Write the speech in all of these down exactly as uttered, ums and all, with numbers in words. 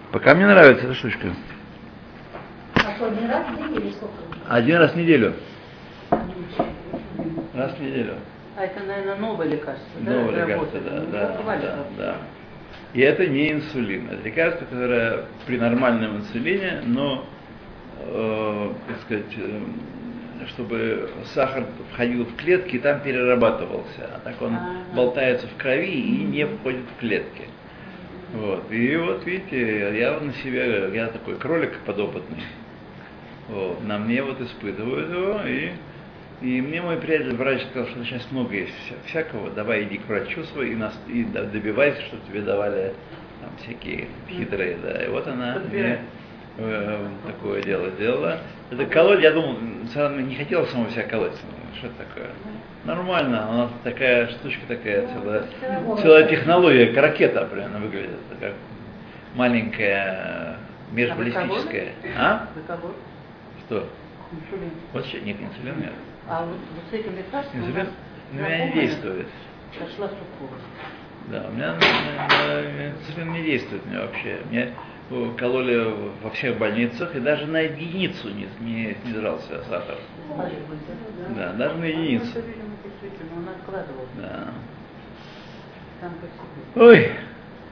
Пока мне нравится эта штучка. А что, один раз в день или сколько? Один раз в неделю. Раз в неделю. А это, наверное, новое лекарство, да? Новое лекарство, да, да, да, да. И это не инсулин. Это лекарство, которое при нормальном инсулине, но, э, так сказать, э, чтобы сахар входил в клетки и там перерабатывался. А так он А-а-а. болтается в крови и не входит в клетки. Вот. И вот видите, я на себе, я такой кролик подопытный. Вот. На мне вот испытывают его, и, и мне мой приятель врач сказал, что сейчас много есть всякого, давай иди к врачу свой и, нас, и добивайся, чтобы тебе давали там, всякие хитрые, да. И вот она мне э, такое дело делала. Это колоть, я думал, не хотела самого себя колоть. Что это такое? Нормально, у нас такая штучка такая, целая, целая технология, как ракета примерно выглядит, как маленькая межбаллистическая. А? Что? Инсулин. Вот что, нет, инсулин нет. А вот, вот с этим лекарством Инсулин на меня не действует. Пошла сухого. Да, у меня инсулин не действует у меня вообще. Мне кололи во всех больницах, и даже на единицу не, не снижался сахар. Да, даже на единицу. Он откладывал. Да. Там по себе. Ой.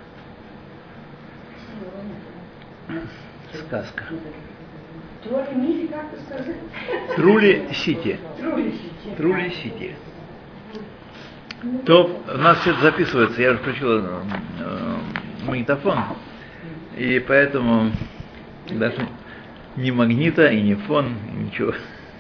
Сказка. Трули Мили, как ты сказал? Трули Сити. Трули Сити. Трули Сити. То у нас все это записывается, я уже включил э, магнитофон, и поэтому даже ни магнита, и ни фон, и ничего.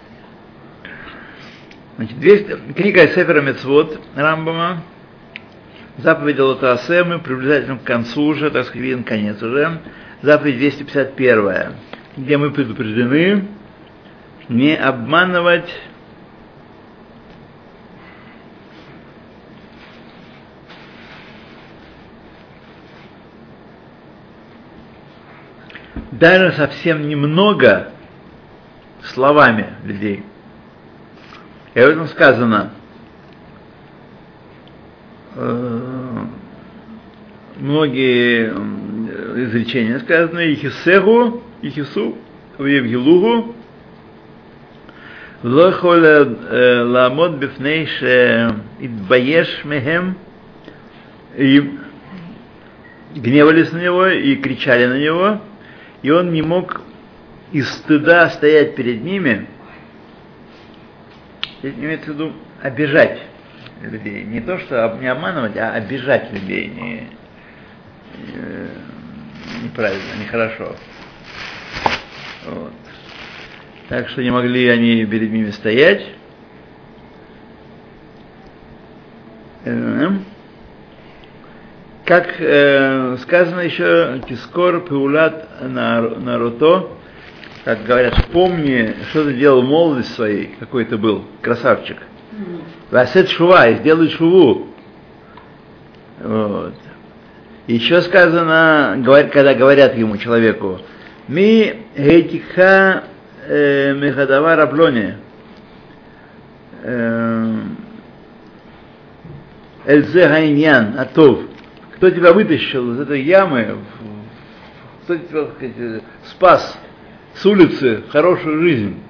Значит, двести, книга Сефер Мицвот Рамбама, заповедь Лотаасе, мы приближаем к концу уже, так сказать, виден конец уже, заповедь двести пятьдесят один, где мы предупреждены не обманывать даже совсем немного словами людей. И об этом сказано. Э, многие изречения сказаны. Ихисегу, Ихису, Вевгилугу, Лохоля ламот бифнейше идбаеш мехем, и гневались на него и кричали на него, и он не мог из стыда стоять перед ними. Здесь имеется в виду обижать людей. Не то, что не обманывать, а обижать людей. Не, не, неправильно, нехорошо. Вот. Так что не могли они перед ними стоять. Как э, сказано еще, Кискор Пеулат Наруто, как говорят, вспомни, что ты делал в молодости своей, какой ты был, красавчик. Васет шува, и сделай шуву. Вот. Еще сказано, когда говорят ему, человеку, ми гейтикха мехадава раблоне, эльзе гайньян атов. Кто тебя вытащил из этой ямы, кто тебя, так сказать, спас с улицы хорошую жизнь.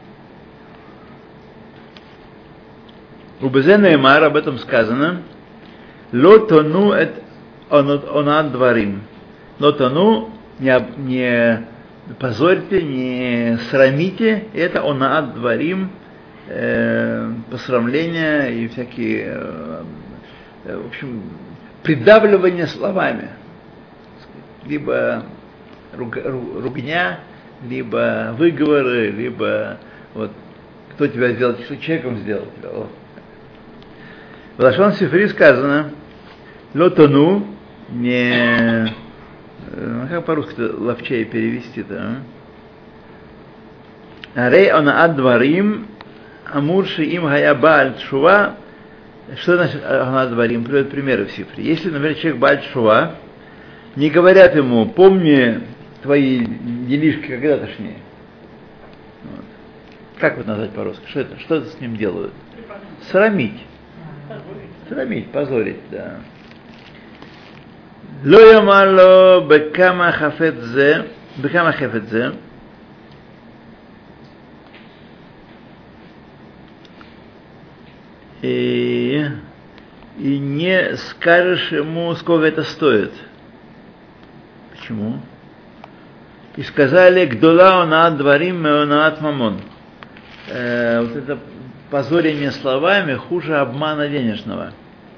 У Безена Эмар об этом сказано. Ло тону эт онад дварим. Ло тону, не позорьте, не срамите, это онад дварим, э, посрамления и всякие, э, в общем, придавливание словами. Либо руг, ругня, либо выговоры, либо вот кто тебя сделал, что человеком сделал тебя. Вот. В Лашон Сифри сказано, лотону, не, ну, как по-русски ловчей перевести-то, а? Рей она адварим, амурши им гая бааль шува. Что значит она адварим? Приводит примеры в Сифре. Если, например, человек бааль шува, не говорят ему, помни твои делишки когда-тошние. Вот. Как вот назвать по-русски? Что это? Что это с ним делают? Срамить. Срамить, позорить, да. לא יאמר לו בכמה חפץ זה, בכמה חפץ זה, и, и не скажешь ему, сколько это стоит. Почему? И сказали, гдола онаат дварим онаат мамон. Э, вот это позорение словами хуже обмана денежного.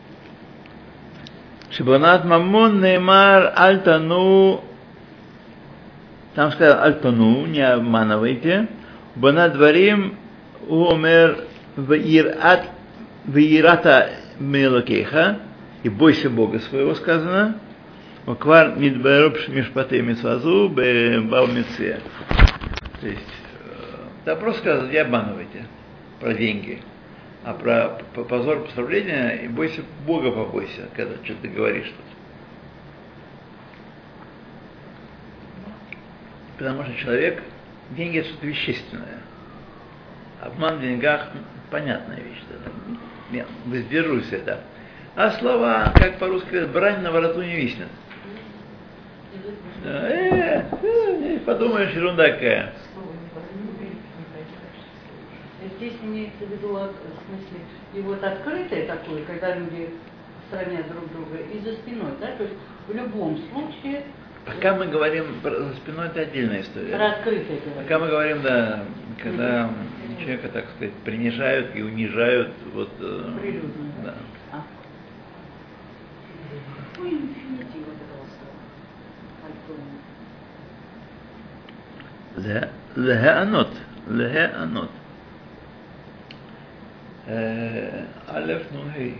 Шибанат мамон неймар альтану, там сказано альтану, не обманывайте. Банат дварим умер в ират Веирата мелокейха, и бойся Бога своего, сказано, Оквар мидбаробш мишпатей митсвазу бау митсе. То есть, да просто сказано, не обманывайте про деньги, а про позор представления, и бойся Бога, побойся, когда что-то говоришь тут. Потому что человек, деньги это что-то вещественное. Обман в деньгах понятная вещь. Я воздержусь это. А слова, как по-русски говорят, брань на вороту не виснет. Э, э, подумаешь, ерунда какая. Здесь имеется в виду, в смысле, и вот открытое такое, когда люди сравнят друг друга, и за спиной, да, то есть в любом случае... Пока мы говорим про за спиной, это отдельная история. Про открытое. Пока мы говорим, да, когда mm-hmm. человека, так сказать, принижают и унижают, вот... Прилюдно. Да. А. Какой инфинитив этого слова? להענות, להענות. א' נון ה'.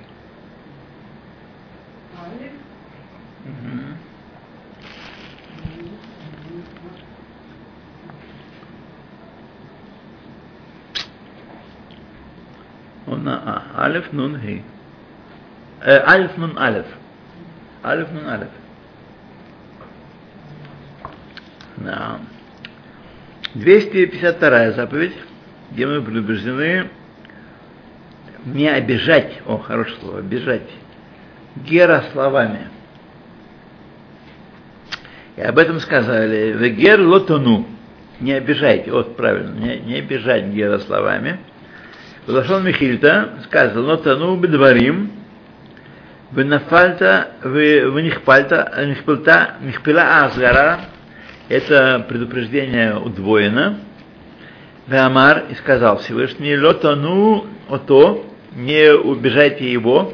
הונאה, א' נון ה'. א' נון א'. א' נון א'. Да. двести пятьдесят вторая заповедь, где мы предупреждены не обижать, о, хорошее слово, обижать гера словами. И об этом сказали, вегер лотону, не обижайте, вот правильно, не, не обижать гера словами. Лашон Михильта сказано, лотону бедварим, венафальта, венихпальта, нихпилта, нихпила азгара. Это предупреждение удвоено. Веамар и сказал Всевышний, лотону ото, не убежайте его.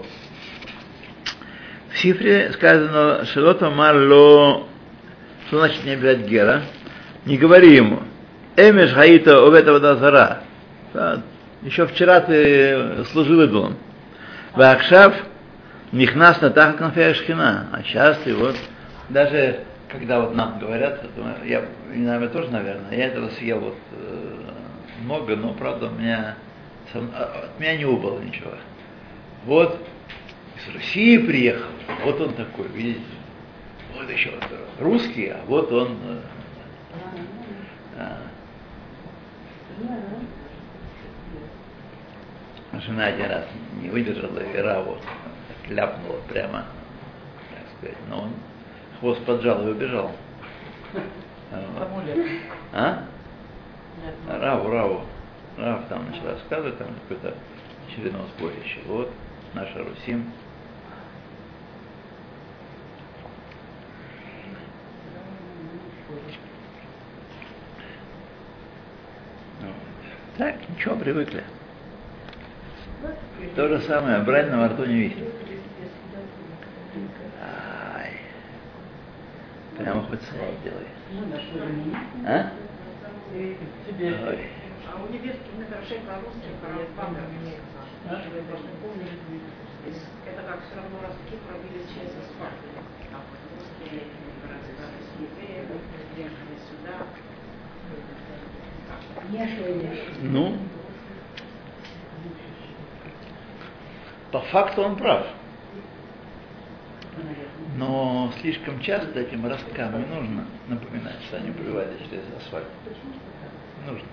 В Сифре сказано, шелото мар ло, что значит не обижать гера? Не говори ему, эмеш хаита овета вода зара. Еще вчера ты служил идолам. Вахшав нихнас на тахат конфея шхина. А сейчас ты вот даже когда вот нам говорят, я, наверное, тоже, наверное, я этого съел вот э, много, но, правда, у меня, от меня не убыло ничего. Вот из России приехал, вот он такой, видите, вот еще вот, русский, а вот он... Э, а. Жена один раз не выдержала и раву ляпнула прямо, так сказать, но он хвост поджал и убежал. А? Раву, Раву. Рав там начал рассказывать, там какое-то очередное сборище. Вот, наша Русим. Вот. Так, ничего, привыкли. То же самое, брать на во рту не виснет. Прямо хоть слава делай. А? Ой. А у невестки на хорошей по-русски, по-русски, это как все равно ростки пробились через асфальт. А русские приехали сюда. Ну, по факту он прав. Но слишком часто этим росткам не нужно напоминать, что они пробивали через асфальт. Нужно.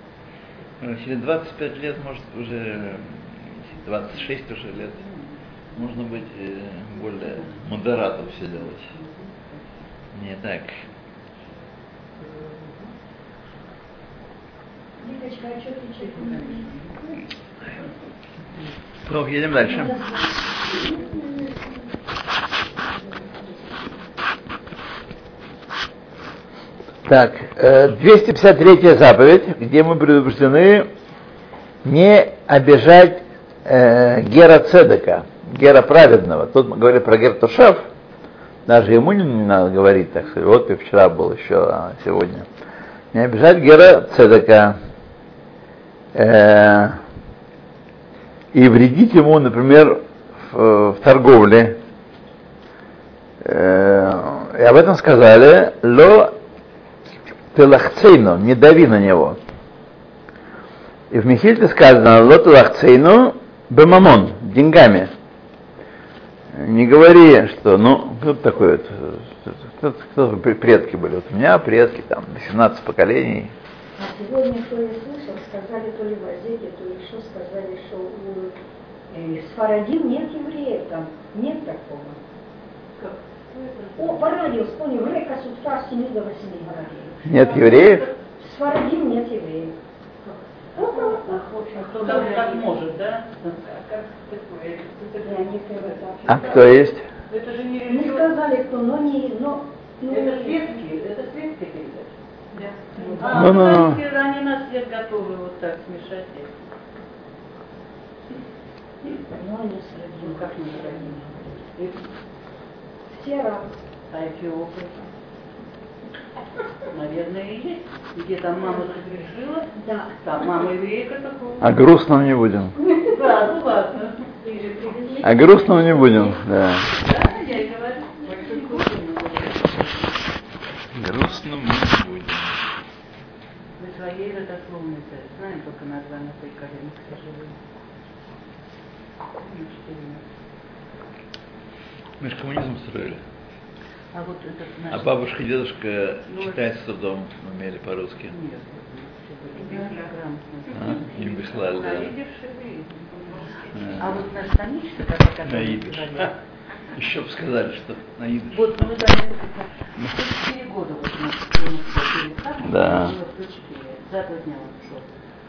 Через двадцать пять лет, может, уже двадцать шесть уже лет, можно быть э, более модератом все делать. Не так. Лидочка, а что ты читаешь? Ну, едем дальше. Так, двести пятьдесят третья заповедь, где мы предупреждены не обижать э, Гера Цедека, Гера праведного. Тут мы говорим про Гер Тушав, даже ему не надо говорить, так сказать, вот и вчера был еще, а сегодня. Не обижать Гера Цедека э, и вредить ему, например, в, в торговле. Э, и об этом сказали «Ло телахцейну», не дави на него. И в Михильте сказано «Ло телахцейну бемамон», деньгами. Не говори, что, ну, кто такой вот, кто, кто предки были? Вот у меня предки, там, восемнадцать поколений. А сегодня, кто я слышал, сказали, то ли в Азете, то ли что, сказали, что у э, Сфарадим нет евреев там, нет такого. Как? О, по радио, вспомнил, Грека Сутка с семи до восьми говорили. Нет евреев? В Сфарадим нет евреев. Ну, правда. Кто так, так может, да? Как такое? Я не первый так. А кто есть? Это же не Не религиозно. сказали, кто, но не, но... ну, Это светские, это светские передачи. Да. А, Ну, ну, ну. кстати, они нас всех готовы вот так смешать. Ну, они с Ну, как мы родим? Все разные. А эфиопы? Наверное, и есть. Где там мама согрешила, Да. там мама еврейка такого. А грустным не будем. Да, ну ладно. А грустным не будем, да. Да, я и говорю. Грустным не будем. Мы своей родословной-то знаем только название той колени, к сожалению. Ну, четыре нас. Мы же коммунизм строили. А вот этот наш... А бабушка и дедушка Ну, читать с трудом умели по-русски. Нет, все были безграмотные. А? Им беслали, А да. видишь, и- А. А вот наш Таничка, который На идиш. говорил, Еще бы сказали, что на идиш. вот мы дали сто четыре года вот у нас перестали, Да. было сто четыре. За два дня он ушел.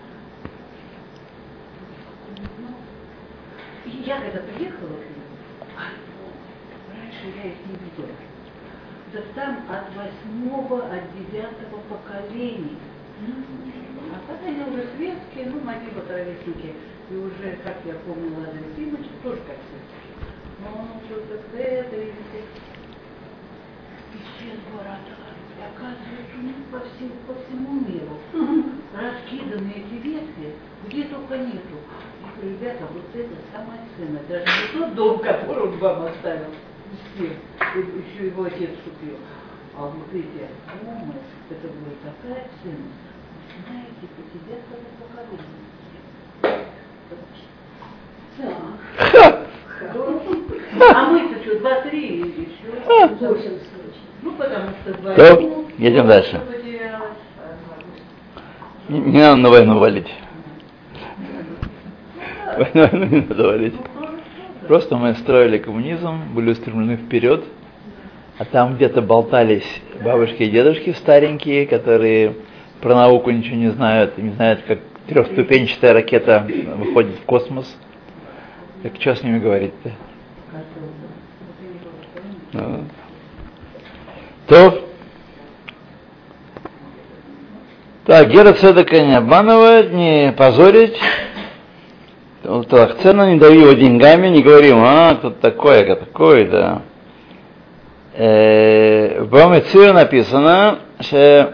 Ну, и я когда приехала к нему, а, раньше я их не видела. Да там от восьмого, от девятого поколений. А потом они уже светские, ну, мои вот ровесники. И уже, как я помню, Лазарь Ефимович, тоже как светский. Но он учился с этой, и все. И все сгорали. И оказывается, у них по, всем, по всему миру раскиданы эти ветви, где только нету. Я говорю, ребята, вот это самое ценное. Даже не тот дом, который он вам оставил. Еще его отец купил. А вот эти альбомы, это была такая ценность. Вы знаете, по девятому поколению. Так. А мы-то что, два-три или еще? Восемь случаев. Ну, потому что два. То, едем дальше. Не, не надо на войну валить. На войну не надо валить. Просто мы строили коммунизм, были устремлены вперед, а там где-то болтались бабушки и дедушки старенькие, которые про науку ничего не знают, и не знают, как трехступенчатая ракета выходит в космос. Так что с ними говорить-то? Ну. То. Так, Гера Цедека не обманывает, не позорить. Цену не дави его деньгами, не говорим, а, кто такой, а такой, да. В Бамецию написано, что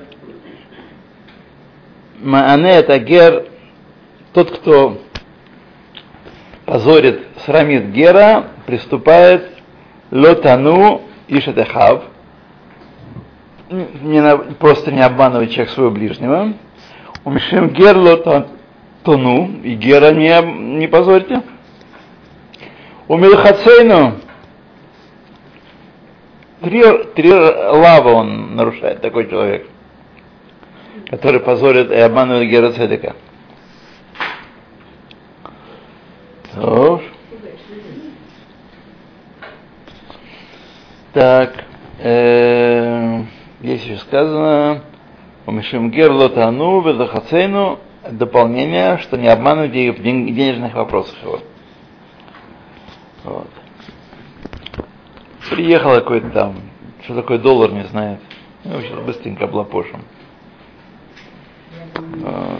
Маане это Гер, тот, кто позорит, срамит Гера, приступает лотану ишетехав, не на, просто не обманывает человек своего ближнего. Умешим Гер лотану, и Гера не, не позорьте. Умилхацейну, три, три лава он нарушает, такой человек, который позорит и обманывает Гера Цедека. Так, э, здесь еще сказано, у Мишимгер лотану ведахацейну, дополнение, что не обманывайте в денежных вопросах его. Вот. Приехал какой-то там, что такое доллар, не знает. Ну, сейчас быстренько облапошим. Вот.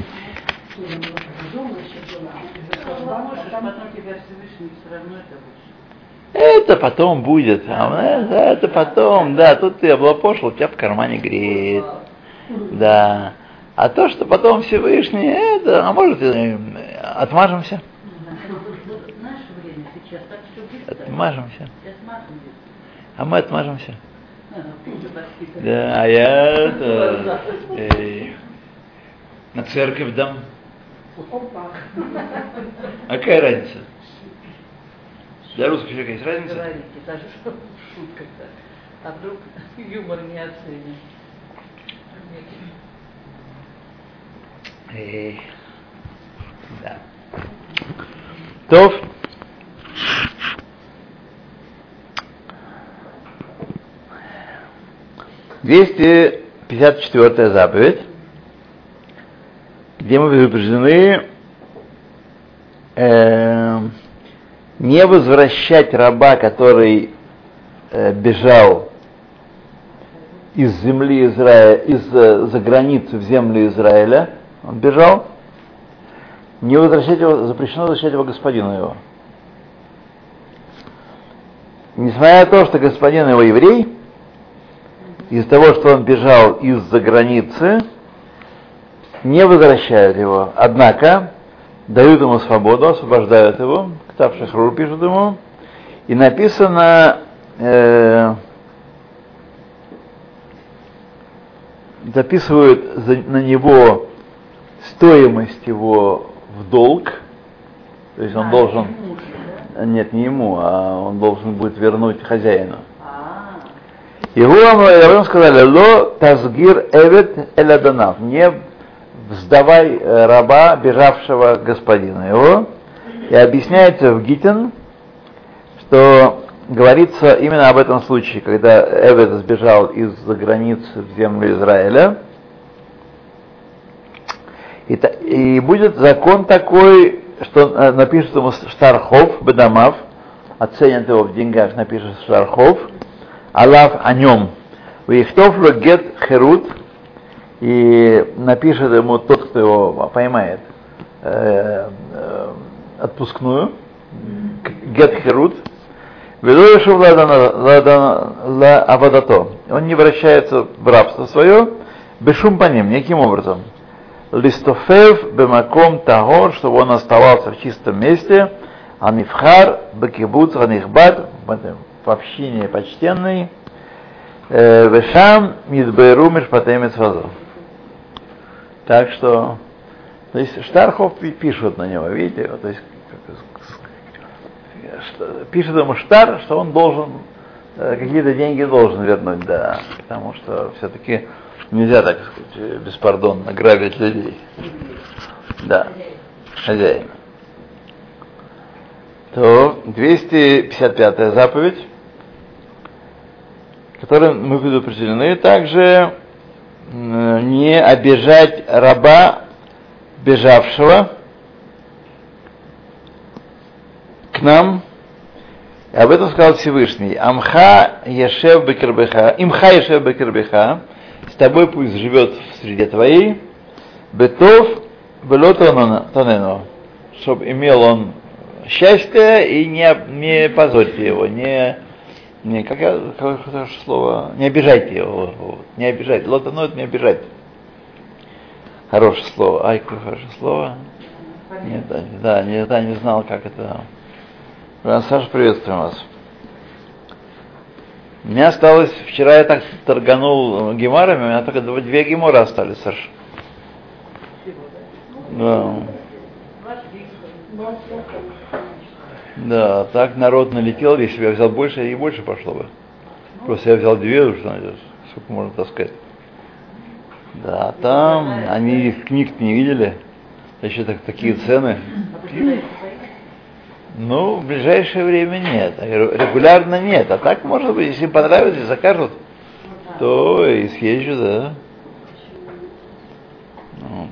Потом тебя Всевышний все равно это будет. Это потом будет, а это, это потом, да, тут ты облапошил, у тебя в кармане греет, да. А то, что потом Всевышний, это, а может, отмажемся? В наше время сейчас так все быстро. Отмажемся. Сейчас мажем. А мы отмажемся. А, ты уже воспитан. Да, а я это, э, на церковь дам. Опа. А какая разница? Для русского человека есть разница? Говорите, даже шутка-то. А вдруг юмор не оценен. Эй, да. Тов. двести пятьдесят четвёртая заповедь, где мы предупреждены э, не возвращать раба, который э, бежал из земли Израиля, из-за границы в землю Израиля, он бежал, не возвращать его, запрещено возвращать его господину его. Несмотря на то, что господин его еврей, из-за того, что он бежал из-за границы, не возвращают его. Однако дают ему свободу, освобождают его, Ктав Шахрур пишут ему, и написано, э, записывают за, на него стоимость его в долг, то есть он а, должен, нет, не ему, а он должен будет вернуть хозяину. И ему сказали: «Ло тазгир эвет эладанав», не сдавай раба, бежавшего господина его. И объясняется в Гитин, что говорится именно об этом случае, когда Эвед сбежал из-за границы в землю Израиля. И, и будет закон такой, что напишет ему штархов, бедамав, оценят его в деньгах, напишет штархов, алав о нем, вихтофло гет херут, и напишет ему тот, кто его поймает, э, э, отпускную, гет херут, ведоешу ла авадато, он не вращается в рабство свое, бешум по ним, никаким образом. Листофев бемаком тагор, чтобы он оставался в чистом месте, анифхар бекибуц анихбад, в общине почтенной, вешам мидбейру мишпатей мицвазов. Так что, то есть Штархов пишут на него, видите, то есть пишет ему Штар, что он должен какие-то деньги должен вернуть, да, потому что все-таки нельзя, так сказать, беспардонно грабить людей. Да, хозяина. То двести пятьдесят пятая заповедь, которой мы предупреждены также не обижать раба, бежавшего к нам. И об этом сказал Всевышний: Амха Ешев Бекербеха, Имха Ешев Бекербеха, с тобой пусть живет в среде твоей, Бетов Белотонену, чтобы имел он счастье и не, не позорьте его, не, не как какое слово, не обижайте его, вот, не обижайте, лотону это не обижать. Хорошее слово, ай, какое хорошее слово. Нет, да, да, не, да, не знал, как это. Саша, приветствуем вас. У меня осталось, вчера я так торганул гемарами, у меня только две гемора остались, Саша. Да. Да, так народ налетел, если бы я взял больше, и больше пошло бы. Просто я взял две, что сколько можно таскать. Да, там они книг не видели, еще так, такие цены. Ну, в ближайшее время нет. Регулярно нет. А так, может быть, если понравится, если закажут, то и съезжу, да. Вот.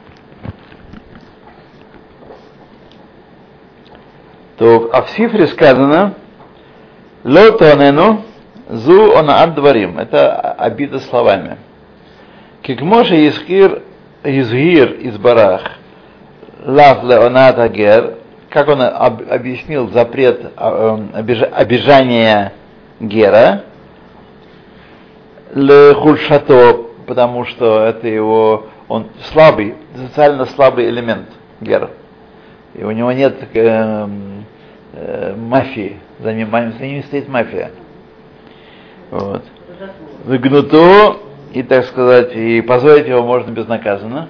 То, а в Сифре сказано «Ло тонену зу онаат дварим». Это обида словами. «Кикмоша изгир изгир из барах лав леонат агер», как он об, объяснил запрет обиж, обижания гера, ле хульшато, потому что это его, он слабый, социально слабый элемент гера. И у него нет э, э, мафии, за ним, за ним стоит мафия. Вот. Выгнуто, и, так сказать, и позорить его можно безнаказанно.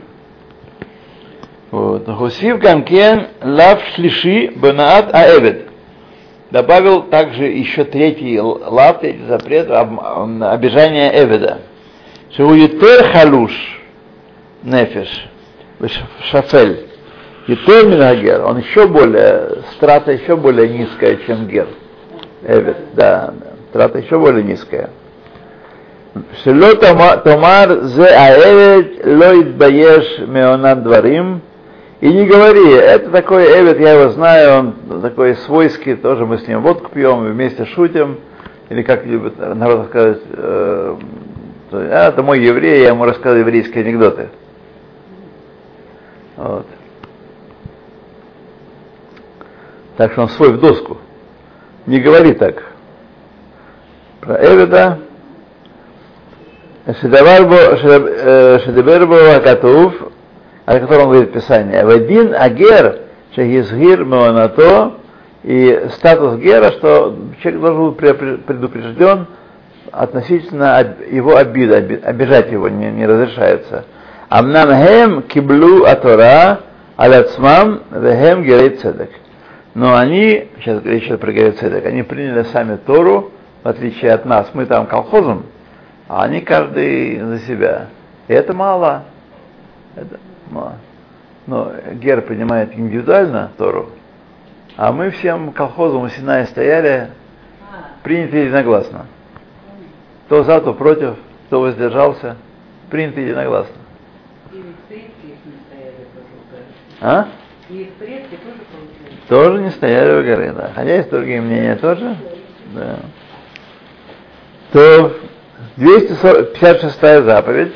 Вот. Хусив Ганкен лав шлиши бенаат аэвед. Добавил также еще третий лав, третий запрет, обижание эведа. Шеуетер халуш нефеш шафель. Етер минагер, он еще более, страта еще более низкая, чем гер. Эвед, да, страта еще более низкая. Шело томар зе аэвед ло итбаеш меонат дварим. И не говори, это такой эвед, я его знаю, он такой свойский, тоже мы с ним водку пьем, вместе шутим, или как любят народ сказать, э, а, это мой еврей, я ему рассказываю еврейские анекдоты. Вот. Так что он свой в доску. Не говори так. Про эведа. Шедебербо Акатув, о котором говорит Писание, «Вадин агер шехизгир меонато», и статус гера, что человек должен быть предупрежден относительно его обиды, обижать его не, не разрешается. «Амнамхем киблу атора аляцмам вехем герей цедек». Но они, сейчас речь идет про герей цедек, они приняли сами Тору, в отличие от нас, мы там колхозом, а они каждый за себя. И это мало. Это мало. Но гер принимает индивидуально Тору, а мы всем колхозом у Синая стояли, приняты единогласно. Кто за, то против, кто воздержался, принято единогласно. И их предки не стояли тоже. А? И их предки тоже получили. Тоже не стояли у горы, да. Хотя есть другие мнения тоже. Да. То двести пятьдесят шестая заповедь,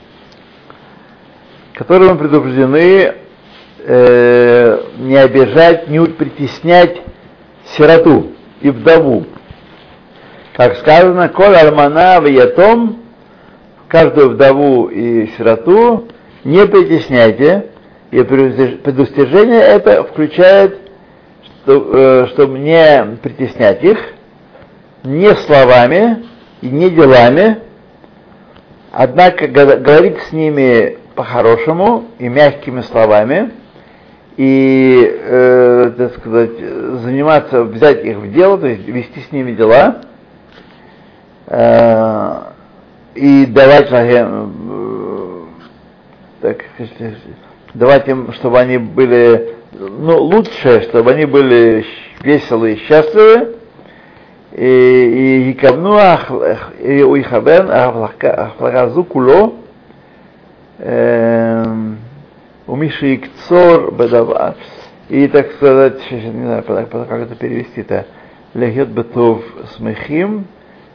которой мы предупреждены э, не обижать, не притеснять сироту и вдову. Как сказано, коль альмана в ятом, каждую вдову и сироту не притесняйте, и предостережение это включает, что, э, чтобы не притеснять их, не словами и не делами, однако говорить с ними по-хорошему и мягкими словами, и, э, так сказать, заниматься, взять их в дело, то есть вести с ними дела, э, и давать, э, так, давать им, чтобы они были, ну, лучше, чтобы они были веселы и счастливы, и икавну уихабен ахлахазу куло умиши икцор бедава. И, так сказать, не знаю, как это перевести-то, легет бетов смехим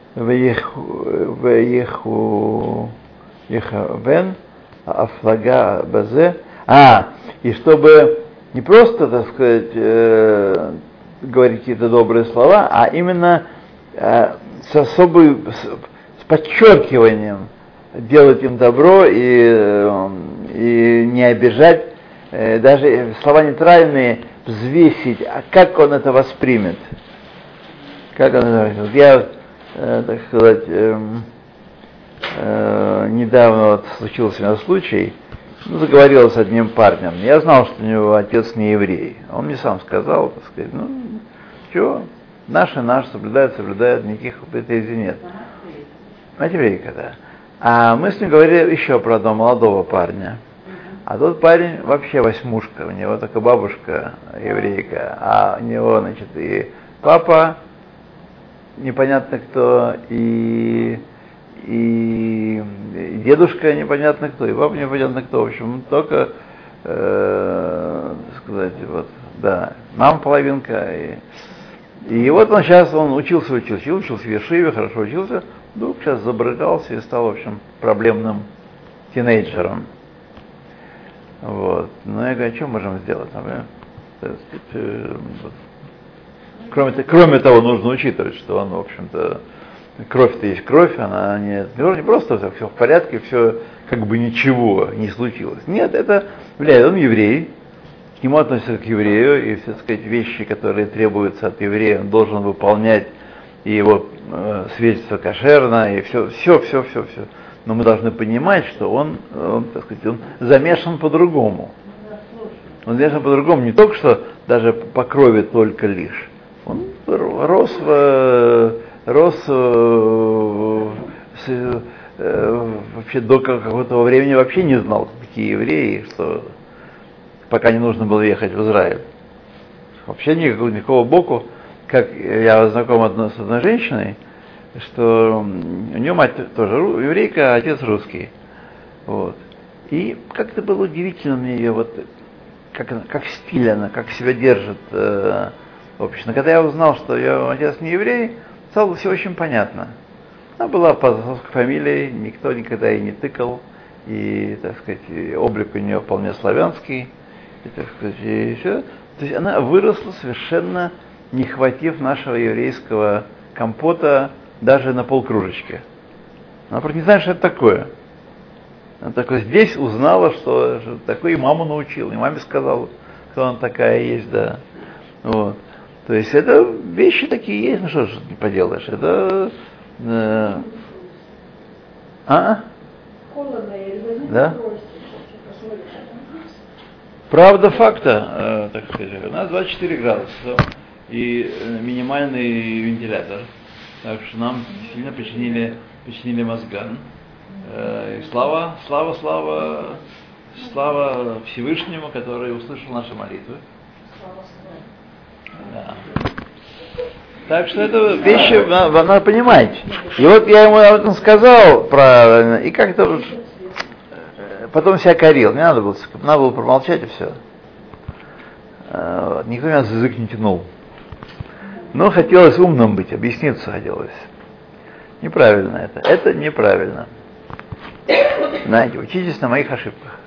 вееху ехабен афлага базе. А, и чтобы не просто, так сказать, э, говорить какие-то добрые слова, а именно э, с особым, с, с подчеркиванием делать им добро и, э, и не обижать, э, даже слова нейтральные взвесить, а как он это воспримет. Как он это воспримет. Я, э, так сказать, э, э, недавно вот случился у меня случай, ну, заговорил с одним парнем. Я знал, что у него отец не еврей. Он мне сам сказал, так сказать, ну, что, наши, наши соблюдают, соблюдают, никаких претензий нет. Мать еврейка, да. А мы с ним говорили еще про одного молодого парня. А тот парень вообще восьмушка, у него только бабушка еврейка, а у него, значит, и папа непонятно кто, и, и, и дедушка непонятно кто, и папа непонятно кто, в общем, только, э, сказать, вот, да, мама половинка, и, и вот он сейчас, он учился, учился, учился в Ешиве, хорошо учился, вдруг сейчас забрыкался и стал, в общем, проблемным тинейджером. Вот. Ну, я говорю, что можем сделать? Кроме, кроме того, нужно учитывать, что он, в общем-то, кровь-то есть кровь, она не, не просто все в порядке, все как бы ничего не случилось. Нет, это влияет. Он еврей, к нему относятся к еврею, и все, так сказать, вещи, которые требуются от еврея, он должен выполнять, и его э, свидетельство кошерно, и все, все, все, все, все. Но мы должны понимать, что он, он, так сказать, он замешан по-другому. Он замешан по-другому, не только что даже по крови только лишь. Он рос, в, рос в, с, вообще до какого-то времени вообще не знал, какие евреи, что пока не нужно было ехать в Израиль. Вообще никакого, никакого боку, как я знаком одно, с одной женщиной, что у нее мать тоже еврейка, а отец русский. Вот. И как-то было удивительно мне ее, вот, как, она, как стиль она, как себя держит э, общественно. Когда я узнал, что ее отец не еврей, стало все очень понятно. Она была по отцовской фамилии, никто никогда ей не тыкал, и, так сказать, и облик у нее вполне славянский, и, так сказать, и все. То есть она выросла совершенно не хватив нашего еврейского компота даже на полкружечки. Она просто не знает, что это такое. Она только здесь узнала, что, что такое, и маму научила, и маме сказала, кто она такая есть, да. Вот. То есть это вещи такие есть, ну что ж не поделаешь, это... Э, а? Да? Правда факта, э, так сказать, у нас двадцать четыре градуса и минимальный вентилятор. Так что нам сильно починили, починили мозган. Э, и слава, слава, слава, слава Всевышнему, который услышал наши молитвы. Да. Так что это вещи надо, надо понимать. И вот я ему об этом сказал правильно, и как-то потом себя корил. Мне надо было, надо было промолчать, и все. Вот. Никто меня за язык не тянул. Но хотелось умным быть, объясниться хотелось. Неправильно это. Это неправильно. Знаете, учитесь на моих ошибках.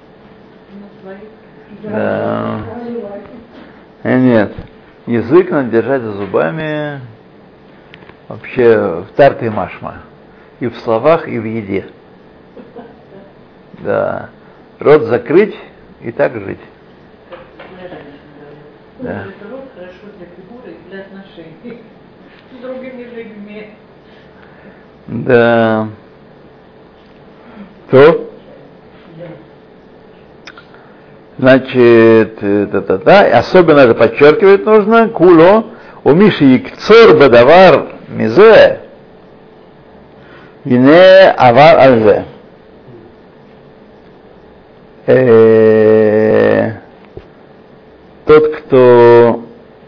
Да. Нет. Язык надо держать за зубами вообще в тарте и машма. И в словах, и в еде. Да. Рот закрыть и так жить. Да. Рот хорошо для фигуры и для отношений с другими людьми. Да. То? Значит, та-та-та, особенно это подчеркивать нужно, куло, у Миши икцор бадавар мизе, ине авар альзе. Тот, кто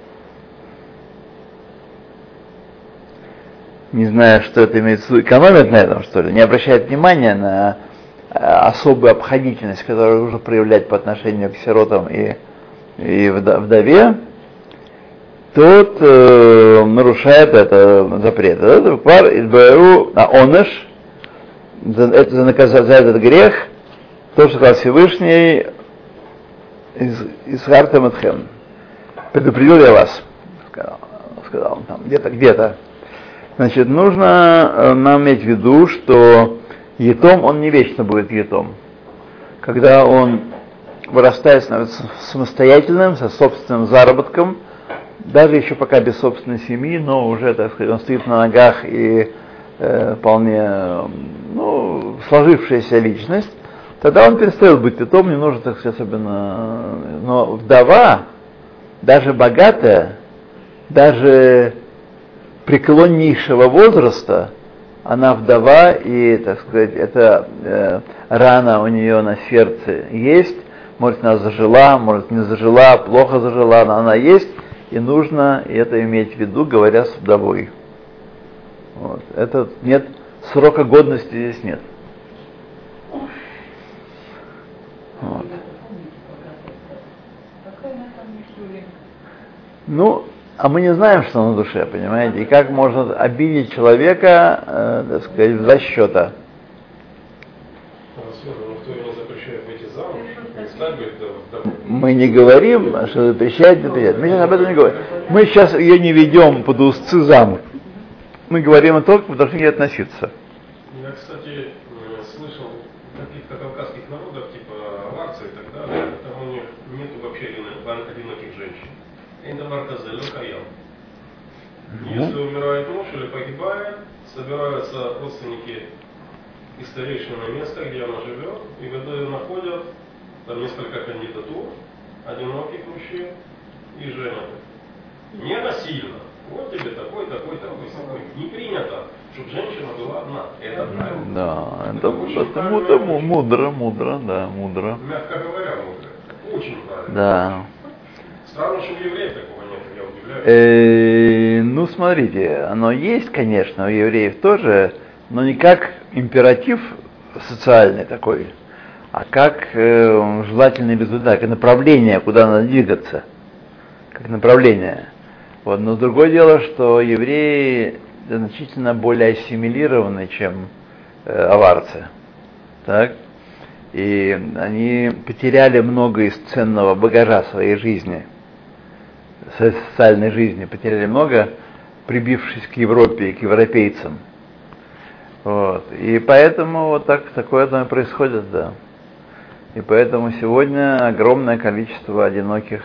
не знаю, что это имеется в виду, экономит на этом, что ли, не обращает внимания на особую обходительность, которую нужно проявлять по отношению к сиротам и, и вдове, тот э, нарушает это запрет. Это квар идбэру на оныш, это за, наказать, за этот грех, то, что сказал Всевышний, из, из Хартем Этхем. Предупредил я вас, сказал, сказал он там, где-то, где-то. Значит, нужно э, нам иметь в виду, что етом, он не вечно будет етом. Когда он вырастает, становится самостоятельным, со собственным заработком, даже еще пока без собственной семьи, но уже, так сказать, он стоит на ногах и э, вполне, ну, сложившаяся личность, тогда он перестает быть етом, не нужно, так сказать, особенно... Но вдова, даже богатая, даже преклоннейшего возраста, она вдова, и, так сказать, эта э, рана у нее на сердце есть, Может, она зажила, может, не зажила, плохо зажила, но она есть, и нужно это иметь в виду, говоря с вдовой. Вот. Это нет, срока годности здесь нет. Вот. Ну, а мы не знаем, что на душе, понимаете, и как можно обидеть человека, э, так сказать, за счета. Мы не говорим, что запрещает, запрещает. Мы сейчас об этом не говорим. Мы сейчас ее не ведем под узцы замуж. Мы говорим о том, как к ней относиться. Я, кстати, слышал в каких-то кавказских народах, типа аварцы и так далее, там у них нет вообще одиноких женщин. Это вартазель, хаял. Если умирает муж или погибает, собираются родственники и старейшины на место, где она живет, и когда ее находят, там несколько кандидатур, одиноких мужчин, и женят. Не насильно. Вот тебе такой, такой, такой, такой. Не принято, чтобы женщина была одна. Это правильно. Да, это, это, это, это мудро, мудро, да, мудро. Мягко говоря, мудро. Очень правильно. Да. Странно, что у евреев такого нет, я удивляюсь. Э, ну, смотрите, оно есть, конечно, у евреев тоже, но не как императив социальный такой, а как э, желательный результат, как направление, куда надо двигаться, как направление. Вот. Но другое дело, что евреи значительно более ассимилированы, чем э, аварцы. Так? И они потеряли много из ценного багажа своей жизни, социальной жизни, потеряли много, прибившись к Европе и к европейцам. Вот. И поэтому вот так, такое там и происходит, да. И поэтому сегодня огромное количество одиноких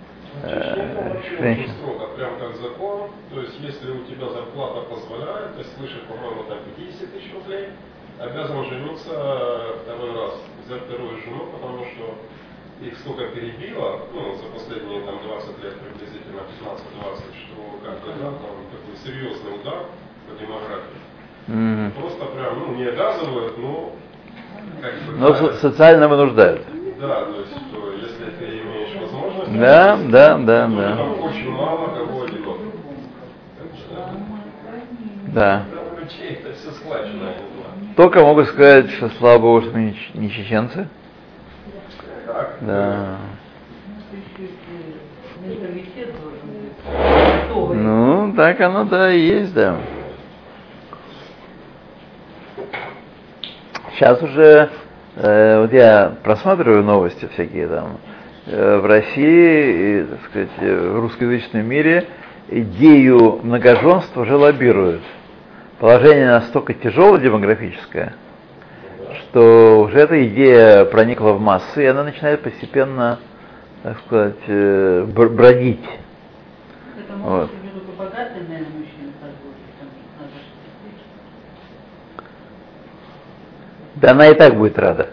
э, женщин. Прям как закон, то есть если у тебя зарплата позволяет, то есть свыше, по-моему, там пятьдесят тысяч рублей, обязан жениться второй раз, взять вторую жену, потому что их столько перебило, ну, за последние там двадцать лет, приблизительно пятнадцать-двадцать, что как бы, да, там такой серьезный удар по демографии. Mm-hmm. Просто прям, ну, не обязывают, но как бы... Но со- социально вынуждают. Да, то есть, что если ты имеешь возможность... Да, да, да, то да. там очень мало кого одинок. Да. Там у людей это все схвачено. Только могу сказать, что слава Богу, что мы не чеченцы. Так. Да. Ну, так оно, да, и есть, да. Сейчас уже, э, вот я просматриваю новости всякие там, э, в России, и, так сказать, в русскоязычном мире идею многоженства уже лоббируют. Положение настолько тяжелое демографическое, что уже эта идея проникла в массы, и она начинает постепенно, так сказать, э, бродить. Это может вот. Только богатые, наверное, мужчины позволить, там надо что-то. Да она и так будет рада.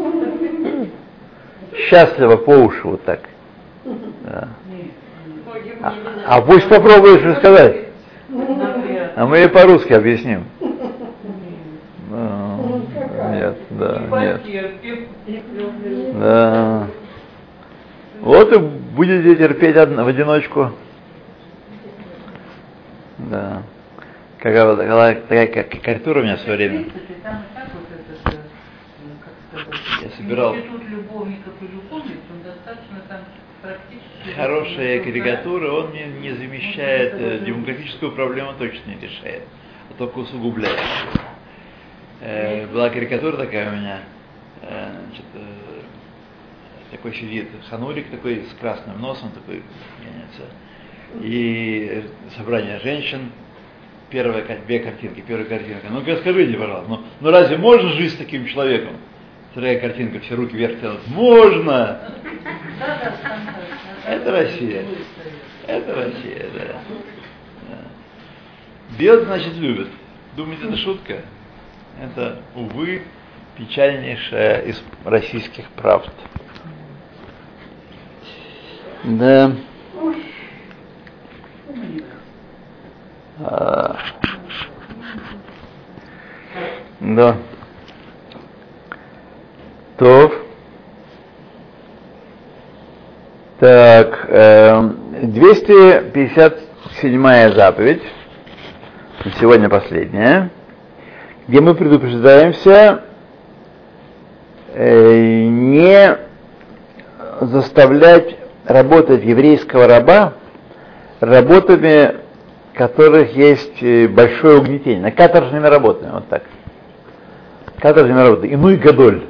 Счастлива по уши вот так. Да. А, а пусть попробуешь рассказать. А мы ей по-русски объясним. Да, нет, да, нет. Да. Вот и будете терпеть одно, в одиночку. Да. Какая такая, такая карикатура у меня в свое время. Я собирал. Хорошая карикатура, он не, не замещает, э, демографическую проблему точно не решает, а только усугубляет. Э, была карикатура такая у меня, э, значит, э, такой сидит ханурик такой с красным носом, такой, и собрание женщин, первая, две картинки, первая картинка. Ну-ка скажите, пожалуйста, ну, ну разве можно жить с таким человеком? Вторая картинка, все руки вверх тянут. Можно! Это Россия. Это Россия, да. да. Бьет, значит, любит. Думаете, это шутка? Это, увы, печальнейшая из российских правд. Да. А, да. То. Так, э, двести пятьдесят седьмая заповедь, сегодня последняя, где мы предупреждаемся э, не заставлять работать еврейского раба работами, в которых есть большое угнетение, каторжными работами, вот так. Каторжными работами, иной гадоль.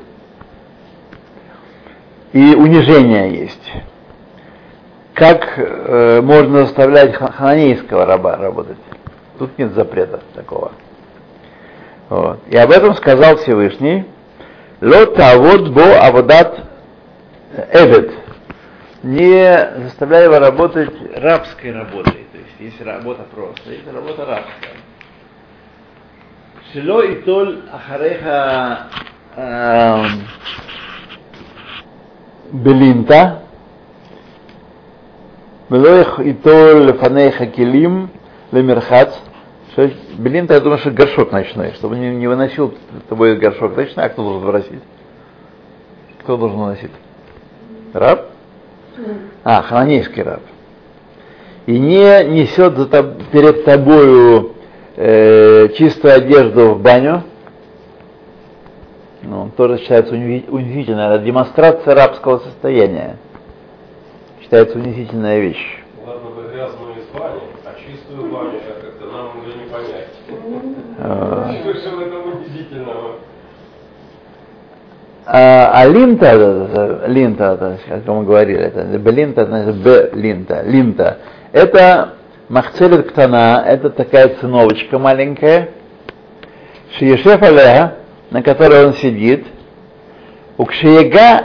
И унижение есть. Как э, можно заставлять хананейского раба работать? Тут нет запрета такого. Вот. И об этом сказал Всевышний: «Ло тавод бо аводат эвед». Не заставляй его работать рабской работой. То есть есть работа просто, есть работа рабская. Шило и толь ахареха белинта, вело и толь фанейха келим лемерхац. Белинта, я думаю, что горшок ночной, чтобы не, не выносил тобой горшок ночной, а кто должен выносить? Кто должен выносить? Раб? А, хананейский раб. И не несет за тоб, перед тобою э, чистую одежду в баню. Ну, тоже считается унизительной. Это демонстрация рабского состояния. Считается унизительная вещь. Ладно бы грязную из бани, а чистую баню сейчас как-то нам уже не понять. Что в этом унизительного? А, а линта, линта, как мы говорили, это линта, значит б линта, линта. Это махцелет ктана, это такая циновочка маленькая, шиешеф алеха, на которой он сидит, у кшиега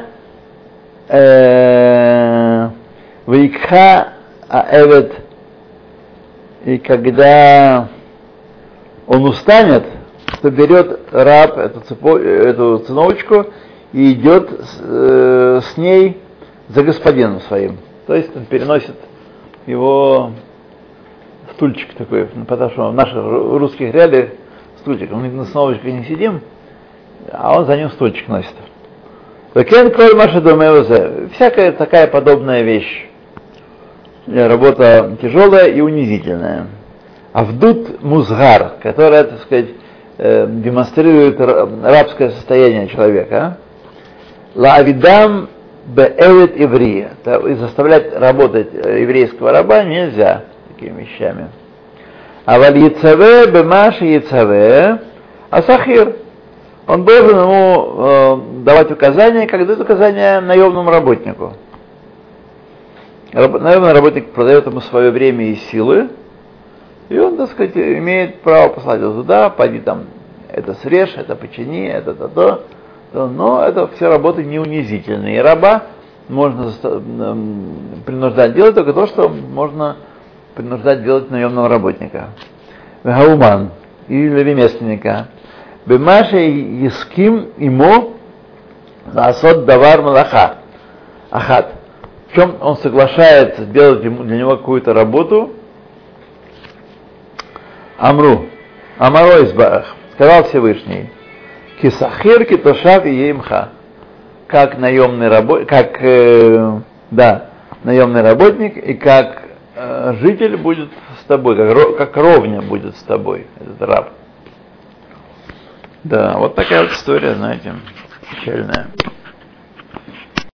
вейкха аэвет, и когда он устанет, то берет раб эту, цепо, эту циновочку и идет с, э, с ней за господином своим. То есть он переносит его стульчик такой, потому что в наших русских реалиях стульчик, мы на циновочке не сидим, а он за ним стульчик носит. Всякая такая подобная вещь. Работа тяжелая и унизительная. Авдут музгар, которая, так сказать, демонстрирует рабское состояние человека. Лаавидам беэвет иврия. И заставлять работать еврейского раба нельзя такими вещами. А валь яцаве бемаши яцаве асахир. Он должен ему э, давать указания, как дает указания наемному работнику. Раб, наемный работник продает ему свое время и силы, и он, так сказать, имеет право послать его туда, пойди там, это срежь, это почини, это то-то, то, но это все работы не унизительные. И раба можно принуждать делать только то, что можно принуждать делать наемного работника. Гауман или ремесленника. Бемаше иским имо насот давар малаха. Ахат. В чем он соглашается делать для него какую-то работу? Амру. Амаро избарах. Сказал Всевышний. Кисахир китошав и еймха. Как наемный работник, как, э, да, наемный работник и как э, житель будет с тобой, как, как ровня будет с тобой, этот раб. Да, вот такая вот история, знаете, печальная.